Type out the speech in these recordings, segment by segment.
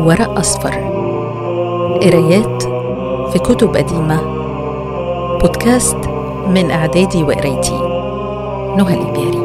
ورق أصفر. قرايات في كتب قديمة. بودكاست من إعدادي وقرايتي نهى الإبياري.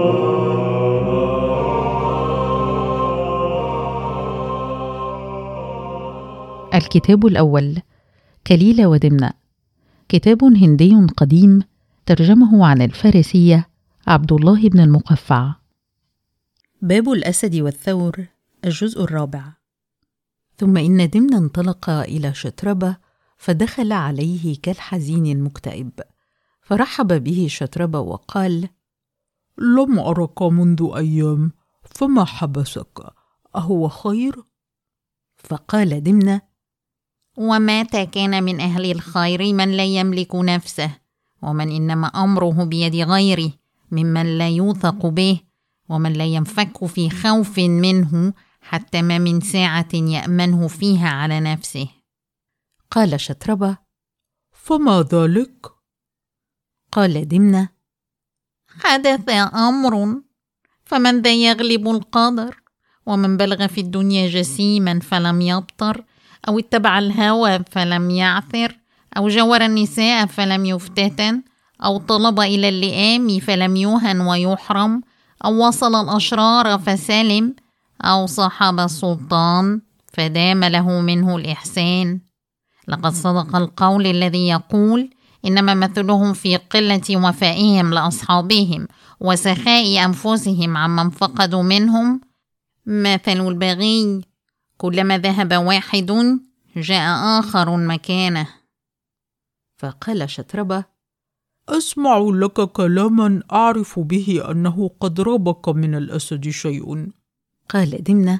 الكتاب الأول كليلة ودمنة، كتاب هندي قديم ترجمه عن الفارسية عبد الله بن المقفع. باب الأسد والثور، الجزء الرابع. ثم إن دمنة انطلق إلى شتربة فدخل عليه كالحزين المكتئب، فرحب به شتربة وقال: لم أرك منذ أيام، فما حبسك؟ أهو خير؟ فقال دمنة: ومتى كان من أهل الخير من لا يملك نفسه، ومن إنما أمره بيد غيره، ممن لا يوثق به، ومن لا ينفك في خوف منه حتى ما من ساعة يأمنه فيها على نفسه. قال شتربة: فما ذلك؟ قال دمنة: حدث أمر، فمن ذا يغلب القدر، ومن بلغ في الدنيا جسيما فلم يبطر، أو اتبع الهوى فلم يعثر، أو جور النساء فلم يفتتن، أو طلب إلى اللئام فلم يهن ويحرم، أو وصل الأشرار فسلم، أو صحب السلطان فدام له منه الإحسان. لقد صدق القول الذي يقول: إنما مثلهم في قلة وفائهم لأصحابهم وسخاء أنفسهم عمن فقدوا منهم مثل البغي، كلما ذهب واحد جاء آخر مكانه. فقال شتربة: أسمع لك كلاما أعرف به أنه قد رابك من الأسد شيء. قال دمنة: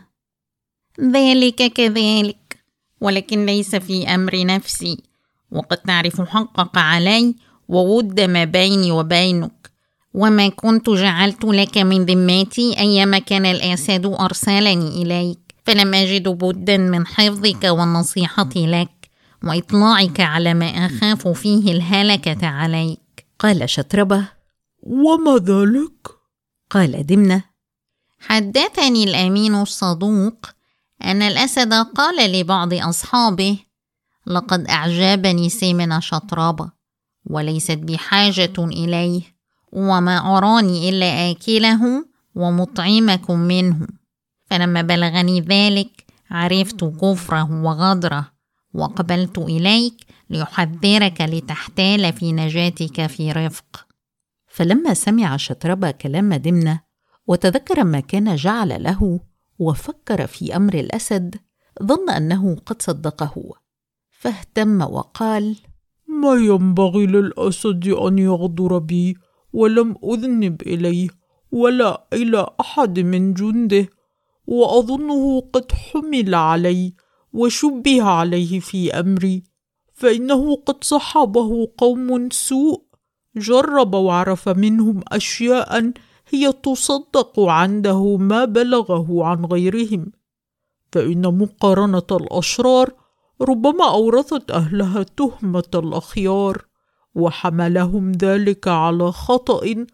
ذلك كذلك، ولكن ليس في أمر نفسي، وقد تعرف حقك علي وود ما بيني وبينك، وما كنت جعلت لك من ذمتي أيما كان الأسد أرسلني إليك، فلم أجد بدا من حفظك والنصيحة لك وإطلاعك على ما أخاف فيه الهلكة عليك. قال شتربة: وما ذلك؟ قال دمنة: حدثني الأمين الصدوق أن الأسد قال لبعض أصحابه: لقد أعجبني سمن شتربة، وليست بحاجة إليه، وما أراني إلا آكله ومطعمكم منه. فلما بلغني ذلك عرفت كفره وغدره، وقبلت إليك ليحذرك لتحتال في نجاتك في رفق. فلما سمع شتربة كلام دمنة وتذكر ما كان جعل له وفكر في أمر الأسد، ظن أنه قد صدقه، فاهتم وقال: ما ينبغي للأسد أن يغدر بي، ولم أذنب إليه ولا إلى أحد من جنده، وأظنه قد حمل علي وشبه عليه في أمري، فإنه قد صحبه قوم سوء، جرب وعرف منهم أشياء هي تصدق عنده ما بلغه عن غيرهم، فإن مقارنة الأشرار ربما أورثت أهلها تهمة الأخيار، وحملهم ذلك على خطأ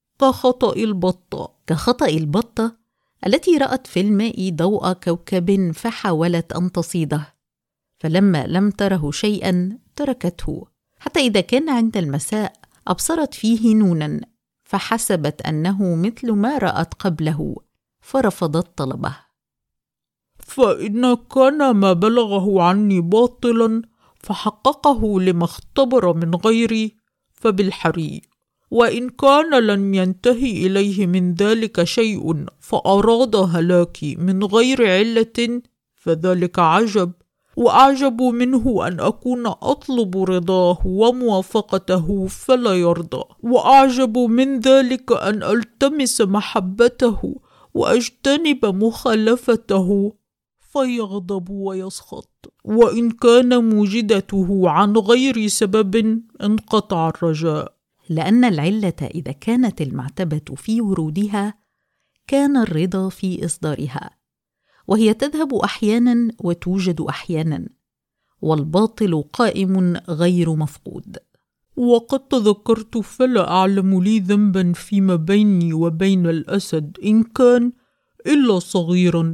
كخطأ البطة التي رأت في الماء ضوء كوكب فحاولت أن تصيده، فلما لم تره شيئا تركته، حتى إذا كان عند المساء أبصرت فيه نونا، فحسبت أنه مثل ما رأت قبله فرفضت طلبه. فإن كان ما بلغه عني باطلا فحققه لما اختبر من غيري فبالحري، وإن كان لن ينتهي إليه من ذلك شيء فأراد هلاكي من غير علة فذلك عجب، وأعجب منه أن أكون أطلب رضاه وموافقته فلا يرضى، وأعجب من ذلك أن ألتمس محبته وأجتنب مخالفته فيغضب ويسخط، وإن كان موجدته عن غير سبب انقطع الرجاء. لأن العلة إذا كانت المعتبة في ورودها كان الرضا في إصدارها، وهي تذهب أحيانا وتوجد أحيانا، والباطل قائم غير مفقود. وقد تذكرت فلا أعلم لي ذنبا فيما بيني وبين الأسد إن كان إلا صغيرا،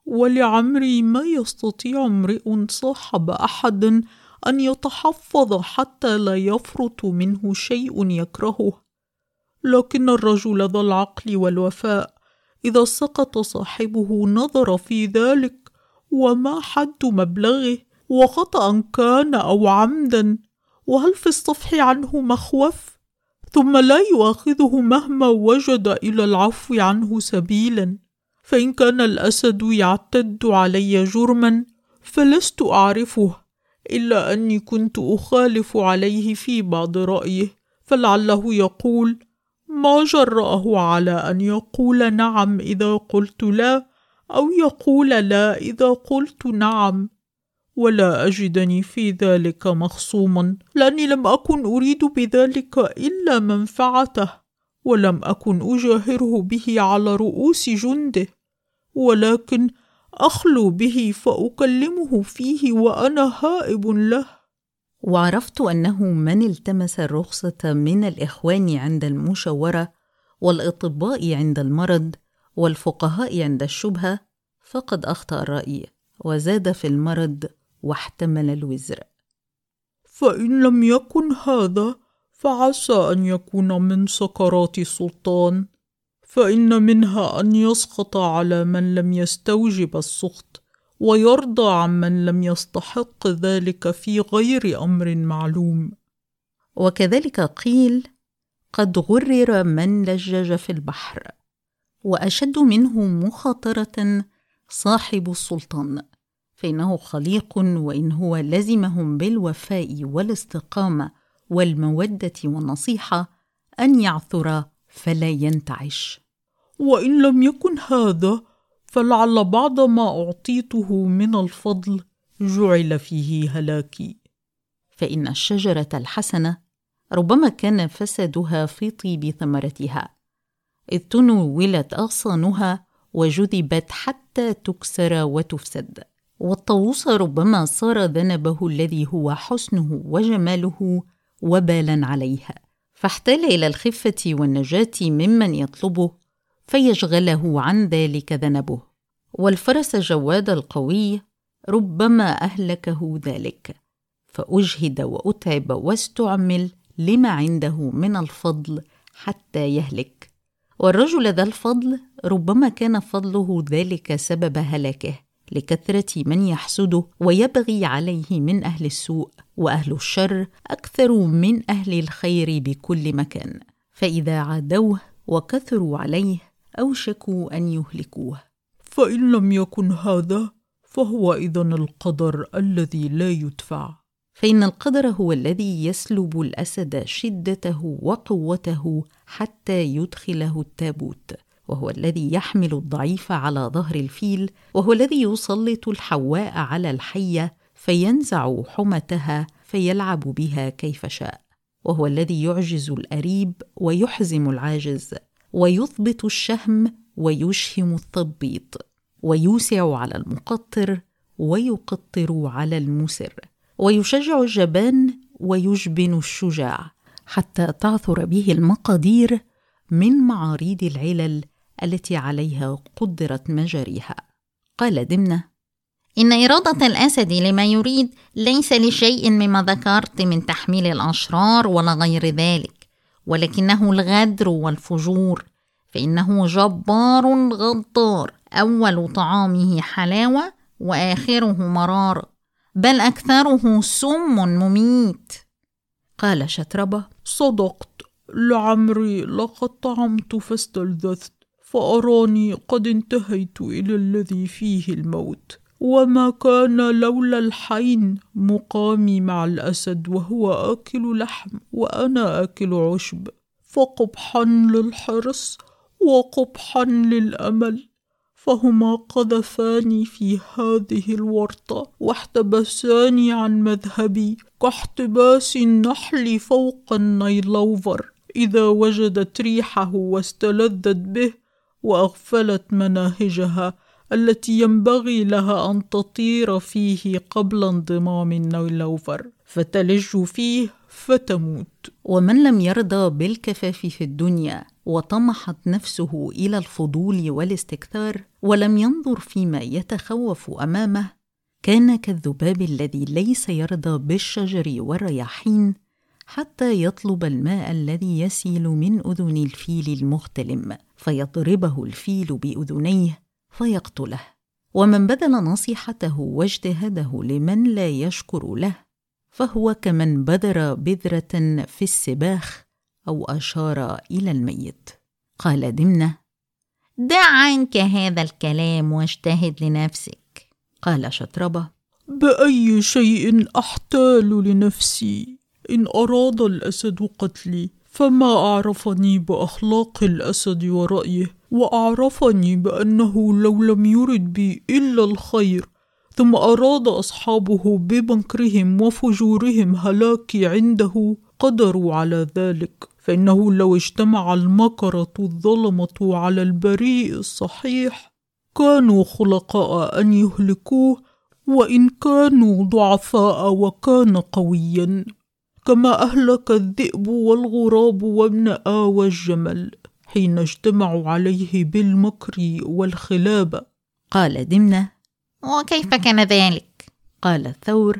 ولعمري ما يستطيع امرئ صاحب أحد أن يتحفظ حتى لا يفرط منه شيء يكرهه، لكن الرجل ذا العقل والوفاء إذا سقط صاحبه نظر في ذلك وما حد مبلغه، وخطأ كان أو عمدا، وهل في الصفح عنه مخوف؟ ثم لا يؤاخذه مهما وجد إلى العفو عنه سبيلا. فإن كان الأسد يعتد علي جرما فلست أعرفه، إلا أني كنت أخالف عليه في بعض رأيه، فلعله يقول: ما جرأه على أن يقول نعم إذا قلت لا، أو يقول لا إذا قلت نعم، ولا أجدني في ذلك مخصوما، لأني لم أكن أريد بذلك إلا منفعته، ولم أكن أجاهره به على رؤوس جنده، ولكن أخلو به فأكلمه فيه وأنا هائب له. وعرفت أنه من التمس الرخصة من الإخوان عند المشاورة، والأطباء عند المرض، والفقهاء عند الشبهة، فقد أخطأ الرأي وزاد في المرض واحتمل الوزر. فإن لم يكن هذا فعسى أن يكون من سكرات السلطان، فإن منها أن يسخط على من لم يستوجب السخط، ويرضى عمن لم يستحق ذلك في غير أمر معلوم. وكذلك قيل: قد غرر من لجج في البحر. وأشد منه مخاطرة صاحب السلطان، فإنه خليق، وإن هو لزمهم بالوفاء والاستقامة والمودة والنصيحة أن يعثر فلا ينتعش. وإن لم يكن هذا فلعل بعض ما أعطيته من الفضل جعل فيه هلاكي. فإن الشجرة الحسنة ربما كان فسادها في طيب ثمرتها، إذ تنولت أغصانها وجذبت حتى تكسر وتفسد. والطاووس ربما صار ذنبه الذي هو حسنه وجماله وبالا عليها، فاحتال إلى الخفة والنجاة ممن يطلبه فيشغله عن ذلك ذنبه. والفرس الجواد القوي ربما أهلكه ذلك، فأجهد وأتعب واستعمل لما عنده من الفضل حتى يهلك. والرجل ذا الفضل ربما كان فضله ذلك سبب هلاكه، لكثرة من يحسده ويبغي عليه من أهل السوء، وأهل الشر أكثر من أهل الخير بكل مكان، فإذا عادوه وكثروا عليه أوشكوا أن يهلكوه. فإن لم يكن هذا فهو إذن القدر الذي لا يدفع. فإن القدر هو الذي يسلب الأسد شدته وقوته حتى يدخله التابوت، وهو الذي يحمل الضعيف على ظهر الفيل، وهو الذي يسلط الحواء على الحية فينزع حمتها فيلعب بها كيف شاء، وهو الذي يعجز الأريب ويحزم العاجز، ويثبت الشهم ويشهم التبيط، ويوسع على المقطر ويقطر على المسر، ويشجع الجبان ويجبن الشجاع، حتى تعثر به المقادير من معاريض العلل التي عليها قدرت مجاريها. قال دمنة: إن إرادة الأسد لما يريد ليس لشيء مما ذكرت من تحميل الأشرار ولا غير ذلك، ولكنه الغدر والفجور، فإنه جبار غدار، أول طعامه حلاوة وآخره مرار، بل أكثره سم مميت. قال شتربة: صدقت، لعمري لقد طعمت فاستلذذت، فأراني قد انتهيت إلى الذي فيه الموت، وما كان لولا الحين مقامي مع الأسد وهو آكل لحم وأنا آكل عشب، فقبحا للحرص وقبحا للأمل، فهما قذفاني في هذه الورطة واحتبساني عن مذهبي كاحتباس النحل فوق النيلوفر إذا وجدت ريحه واستلذت به، وأغفلت مناهجها التي ينبغي لها أن تطير فيه قبل انضمام النيلوفر، فتلج فيه فتموت. ومن لم يرضى بالكفاف في الدنيا وطمحت نفسه إلى الفضول والاستكثار ولم ينظر فيما يتخوف أمامه كان كالذباب الذي ليس يرضى بالشجر والرياحين حتى يطلب الماء الذي يسيل من أذن الفيل المغتلم فيضربه الفيل بأذنيه فيقتله. ومن بذل نصيحته واجتهاده لمن لا يشكر له فهو كمن بذر بذرة في السباخ أو أشار إلى الميت. قال دمنة: دع عنك هذا الكلام واجتهد لنفسك. قال شطربة: بأي شيء أحتال لنفسي؟ إن أراد الأسد قتلي فما أعرفني بأخلاق الأسد ورأيه، وأعرفني بأنه لو لم يرد بي إلا الخير ثم أراد أصحابه بمكرهم وفجورهم هلاكي عنده قدروا على ذلك، فإنه لو اجتمع المكرة الظلمة على البريء الصحيح كانوا خلقاء أن يهلكوه وإن كانوا ضعفاء وكان قويا، كما أهلك الذئب والغراب وابن آوى الجمل حين اجتمعوا عليه بالمكر والخلابة. قال دمنة: وكيف كان ذلك؟ قال الثور: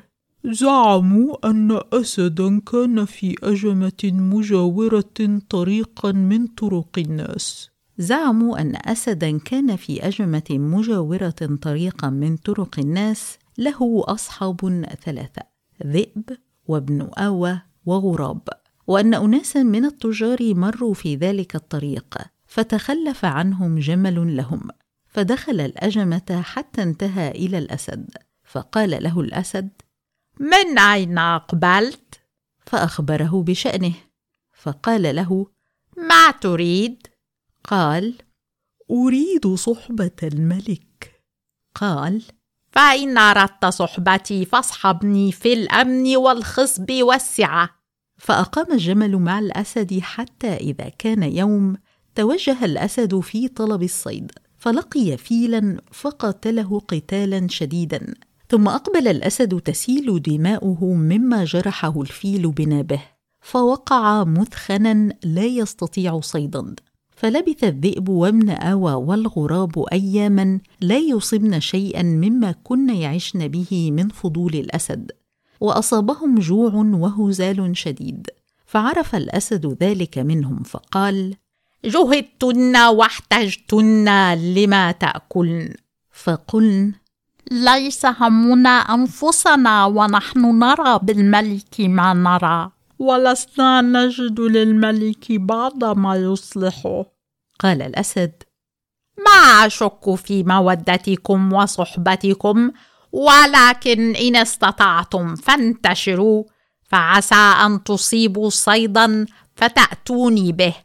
زعموا أن أسدا كان في أجمة مجاورة طريقا من طرق الناس. زعموا أن أسدا كان في أجمة مجاورة طريقا من طرق الناس له أصحاب ثلاثة: ذئب وابن آوى وغراب، وأن أناسا من التجار مروا في ذلك الطريق فتخلف عنهم جمل لهم فدخل الأجمة حتى انتهى إلى الأسد، فقال له الأسد: من أين أقبلت؟ فأخبره بشأنه، فقال له: ما تريد؟ قال: أريد صحبة الملك. قال: فإن أردت صحبتي فاصحبني في الأمن والخصب والسعة. فأقام الجمل مع الأسد حتى إذا كان يوم توجه الأسد في طلب الصيد فلقي فيلا فقاتله قتالا شديدا، ثم أقبل الأسد تسيل دماؤه مما جرحه الفيل بنابه فوقع مثخنا لا يستطيع صيدا، فلبث الذئب وابن آوى والغراب أياما لا يصبن شيئا مما كن يعشن به من فضول الأسد، وأصابهم جوع وهزال شديد، فعرف الأسد ذلك منهم فقال: جهدتن واحتجتن لما تأكلن. فقلن: ليس همنا أنفسنا ونحن نرى بالملك ما نرى، ولسنا نجد للملك بعض ما يصلحه. قال الأسد: ما أشك في مودتكم وصحبتكم، ولكن إن استطعتم فانتشروا، فعسى أن تصيبوا صيدا فتأتوني به،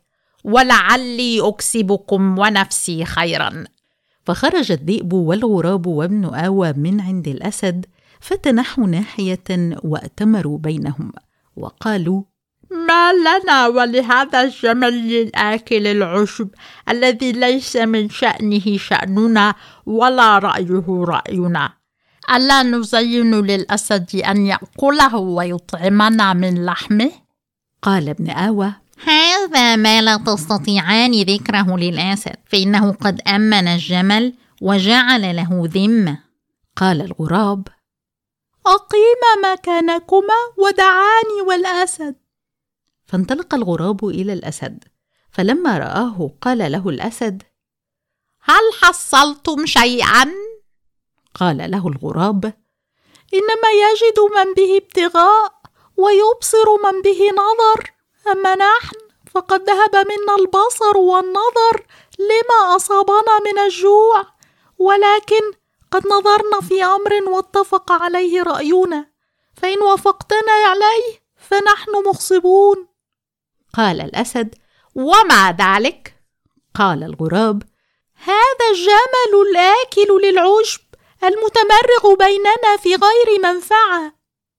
ولعلي أكسبكم ونفسي خيرا. فخرج الذئب والغراب وابن آوى من عند الأسد فتنحوا ناحية وأتمروا بينهم وقالوا: ما لنا ولهذا الجمل الآكل العشب الذي ليس من شأنه شأننا ولا رأيه رأينا، ألا نزين للأسد أن يأكله ويطعمنا من لحمه؟ قال ابن آوى: هذا ما لا تستطيعان ذكره للأسد، فإنه قد أمن الجمل وجعل له ذمة. قال الغراب: أقيم مكانكما ودعاني والأسد. فانطلق الغراب إلى الأسد، فلما رآه قال له الأسد: هل حصلتم شيئا؟ قال له الغراب: إنما يجد من به ابتغاء ويبصر من به نظر، أما نحن فقد ذهب منا البصر والنظر لما أصابنا من الجوع، ولكن قد نظرنا في أمر واتفق عليه رأينا، فإن وافقتنا عليه فنحن مغصبون. قال الأسد: وما ذلك؟ قال الغراب: هذا الجمل الآكل للعشب المتمرغ بيننا في غير منفعة.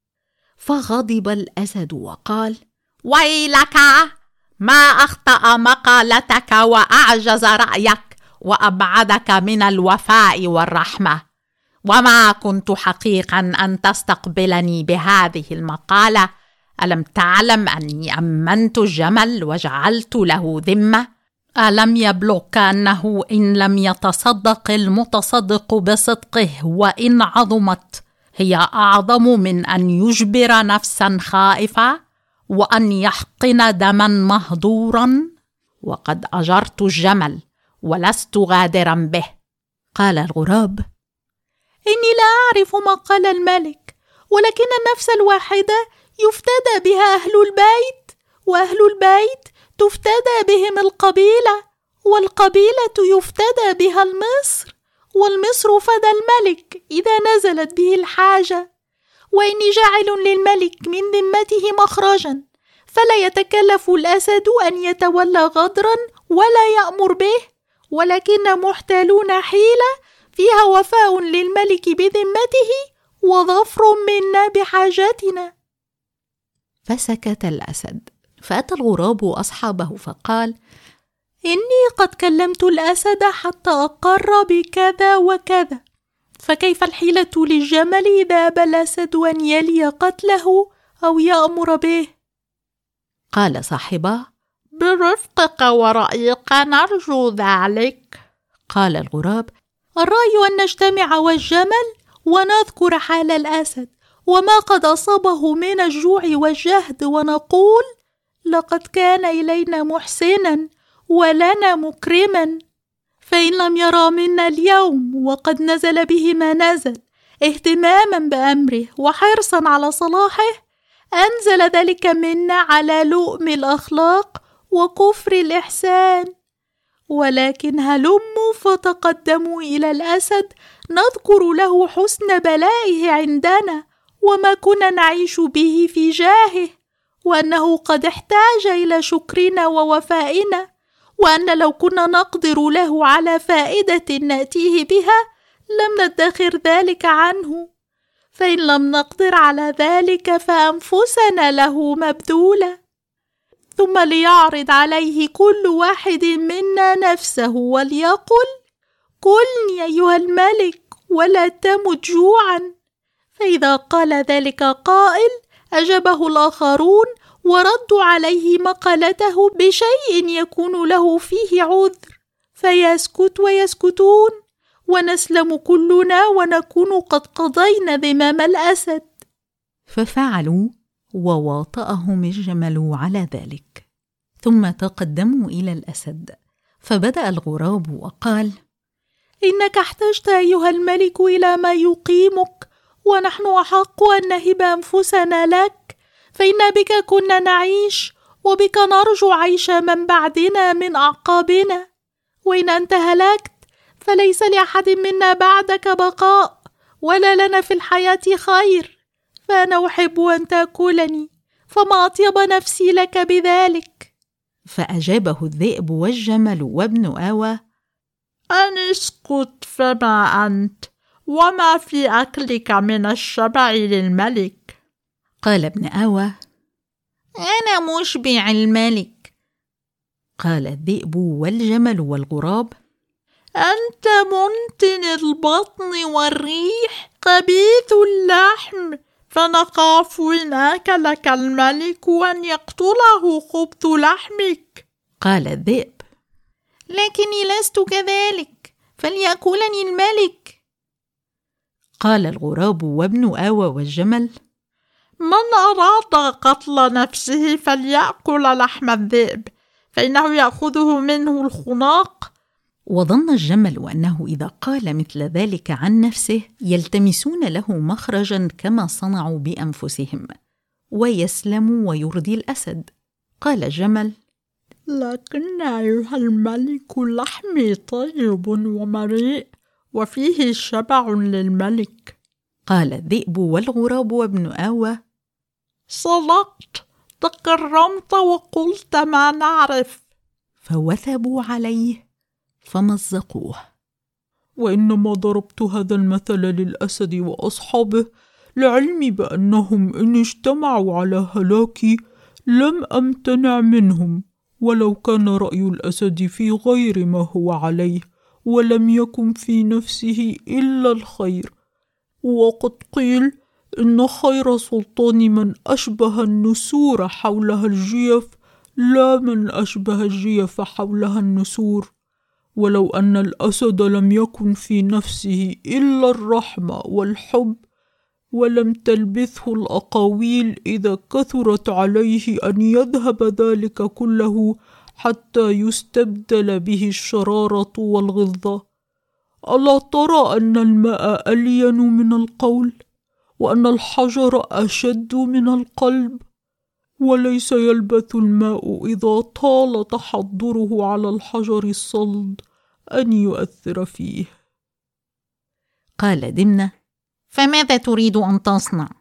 فغضب الأسد وقال: ويلك، ما أخطأ مقالتك وأعجز رأيك وأبعدك من الوفاء والرحمة، وما كنت حقيقا أن تستقبلني بهذه المقالة. ألم تعلم أني أمنت الجمل وجعلت له ذمة؟ ألم يبلغك أنه إن لم يتصدق المتصدق بصدقه وإن عظمت هي أعظم من أن يجبر نفسا خائفة وأن يحقن دما مهدورا؟ وقد أجرت الجمل ولست غادرا به. قال الغراب: إني لا أعرف ما قال الملك، ولكن النفس الواحدة يفتدى بها أهل البيت، وأهل البيت تفتدى بهم القبيلة، والقبيلة يفتدى بها المصر، والمصر فدى الملك إذا نزلت به الحاجة. وإني جاعل للملك من ذمته مخرجا، فلا يتكلف الأسد أن يتولى غدرا ولا يأمر به، ولكن محتالون حيلة فيها وفاء للملك بذمته وظفر منا بحاجتنا. فسكت الأسد، فأتى الغراب أصحابه فقال: إني قد كلمت الأسد حتى أقر بكذا وكذا، فكيف الحيلة للجمل إذا أبى الأسد أن يلي قتله أو يأمر به؟ قال صاحبه: برفقك ورأيك نرجو ذلك. قال الغراب: الرأي أن نجتمع والجمل ونذكر حال الأسد وما قد أصابه من الجوع والجهد، ونقول: لقد كان إلينا محسنا ولنا مكرما، فإن لم يرى منا اليوم وقد نزل به ما نزل اهتماما بأمره وحرصا على صلاحه، أنزل ذلك منا على لؤم الأخلاق وكفر الإحسان. ولكن هلموا فتقدموا إلى الأسد نذكر له حسن بلائه عندنا وما كنا نعيش به في جاهه، وأنه قد احتاج إلى شكرنا ووفائنا، وأن لو كنا نقدر له على فائدة نأتيه بها لم ندخر ذلك عنه، فإن لم نقدر على ذلك فأنفسنا له مبذولة. ثم ليعرض عليه كل واحد منا نفسه وليقل: كلني أيها الملك ولا تمت جوعا. فإذا قال ذلك قائل أجابه الآخرون وردوا عليه مقالته بشيء يكون له فيه عذر، فيسكت ويسكتون، ونسلم كلنا ونكون قد قضينا ذمام الأسد. ففعلوا، وواطأهم الجمل على ذلك. ثم تقدموا إلى الأسد، فبدأ الغراب وقال: إنك احتجت أيها الملك إلى ما يقيمك، ونحن أحق أن نهب أنفسنا لك، فإن بك كنا نعيش، وبك نرجو عيش من بعدنا من أعقابنا. وإن أنت هلكت فليس لأحد منا بعدك بقاء، ولا لنا في الحياة خير، فأنا أحب أن تأكلني، فما أطيب نفسي لك بذلك. فأجابه الذئب والجمل وابن آوى: أن اسكت، فما أنت وما في أكلك من الشبع للملك. قال ابن آوى: أنا مشبع الملك. قال الذئب والجمل والغراب: أنت منتن البطن والريح خبيث اللحم، فنخاف إن أكلك الملك أن يقتله خبث لحمك. قال الذئب: لكني لست كذلك، فليأكلني الملك. قال الغراب وابن آوى والجمل: من أراد قتل نفسه فليأكل لحم الذئب، فإنه يأخذه منه الخناق. وظن الجمل أنه إذا قال مثل ذلك عن نفسه يلتمسون له مخرجا كما صنعوا بأنفسهم، ويسلم ويرضي الأسد. قال الجمل: لكن أيها الملك لحمي طيب ومريء، وفيه شبع للملك. قال الذئب والغراب وابن آوى: صدقت، تكرمت وقلت ما نعرف. فوثبوا عليه فمزقوه. وإنما ضربت هذا المثل للأسد وأصحابه لعلمي بأنهم إن اجتمعوا على هلاكي لم أمتنع منهم، ولو كان رأي الأسد في غير ما هو عليه ولم يكن في نفسه إلا الخير وقد قيل إن خير سلطان من أشبه النسور حولها الجيف لا من أشبه الجيف حولها النسور. ولو أن الأسد لم يكن في نفسه إلا الرحمة والحب، ولم تلبثه الأقاويل إذا كثرت عليه أن يذهب ذلك كله حتى يستبدل به الشرارة والغلظة. ألا ترى أن الماء ألين من القول، وأن الحجر أشد من القلب؟ وليس يلبث الماء إذا طال تحضره على الحجر الصلد أن يؤثر فيه. قال دمنة: فماذا تريد أن تصنع؟